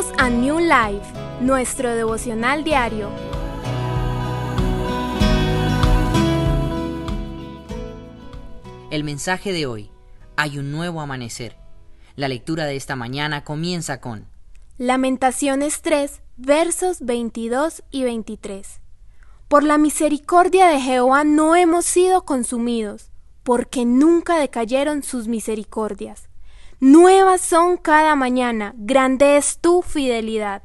Bienvenidos a New Life, nuestro devocional diario. El mensaje de hoy: hay un nuevo amanecer. La lectura de esta mañana comienza con Lamentaciones 3, versos 22 y 23. Por la misericordia de Jehová no hemos sido consumidos, porque nunca decayeron sus misericordias. Nuevas son cada mañana, grande es tu fidelidad.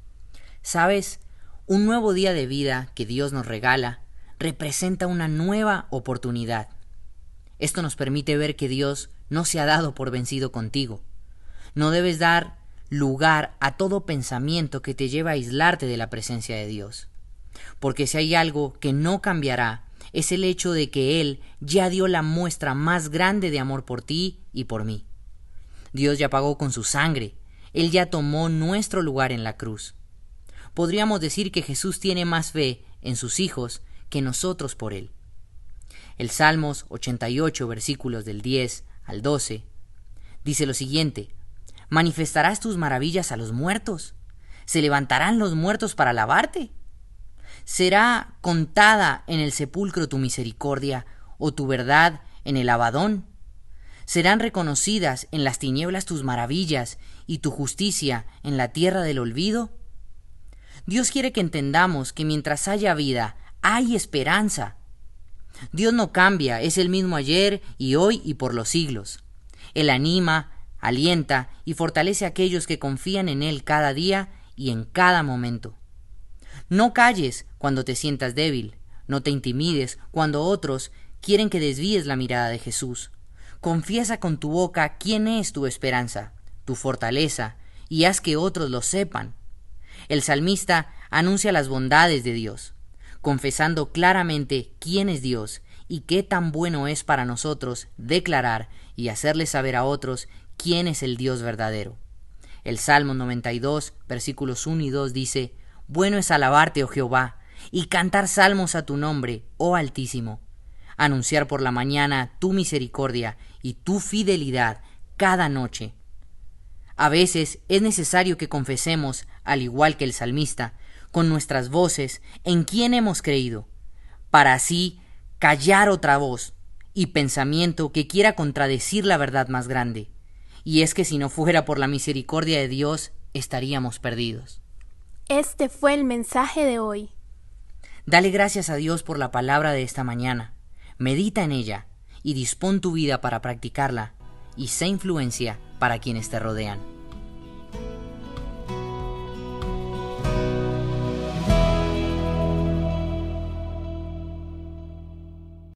¿Sabes? Un nuevo día de vida que Dios nos regala representa una nueva oportunidad. Esto nos permite ver que Dios no se ha dado por vencido contigo. No debes dar lugar a todo pensamiento que te lleve a aislarte de la presencia de Dios. Porque si hay algo que no cambiará, es el hecho de que Él ya dio la muestra más grande de amor por ti y por mí. Dios ya pagó con su sangre. Él ya tomó nuestro lugar en la cruz. Podríamos decir que Jesús tiene más fe en sus hijos que nosotros por Él. El Salmos 88, versículos del 10 al 12, dice lo siguiente: ¿manifestarás tus maravillas a los muertos? ¿Se levantarán los muertos para alabarte? ¿Será contada en el sepulcro tu misericordia o tu verdad en el Abadón? ¿Serán reconocidas en las tinieblas tus maravillas y tu justicia en la tierra del olvido? Dios quiere que entendamos que mientras haya vida, hay esperanza. Dios no cambia, es el mismo ayer y hoy y por los siglos. Él anima, alienta y fortalece a aquellos que confían en Él cada día y en cada momento. No calles cuando te sientas débil, no te intimides cuando otros quieren que desvíes la mirada de Jesús. Confiesa con tu boca quién es tu esperanza, tu fortaleza, y haz que otros lo sepan. El salmista anuncia las bondades de Dios, confesando claramente quién es Dios y qué tan bueno es para nosotros declarar y hacerle saber a otros quién es el Dios verdadero. El Salmo 92, versículos 1 y 2 dice: Bueno es alabarte, oh Jehová, y cantar salmos a tu nombre, oh Altísimo. Anunciar por la mañana tu misericordia y tu fidelidad cada noche. A veces es necesario que confesemos, al igual que el salmista, con nuestras voces en quién hemos creído, para así callar otra voz y pensamiento que quiera contradecir la verdad más grande. Y es que si no fuera por la misericordia de Dios, estaríamos perdidos. Este fue el mensaje de hoy. Dale gracias a Dios por la palabra de esta mañana. Medita en ella y dispón tu vida para practicarla, y sé influencia para quienes te rodean.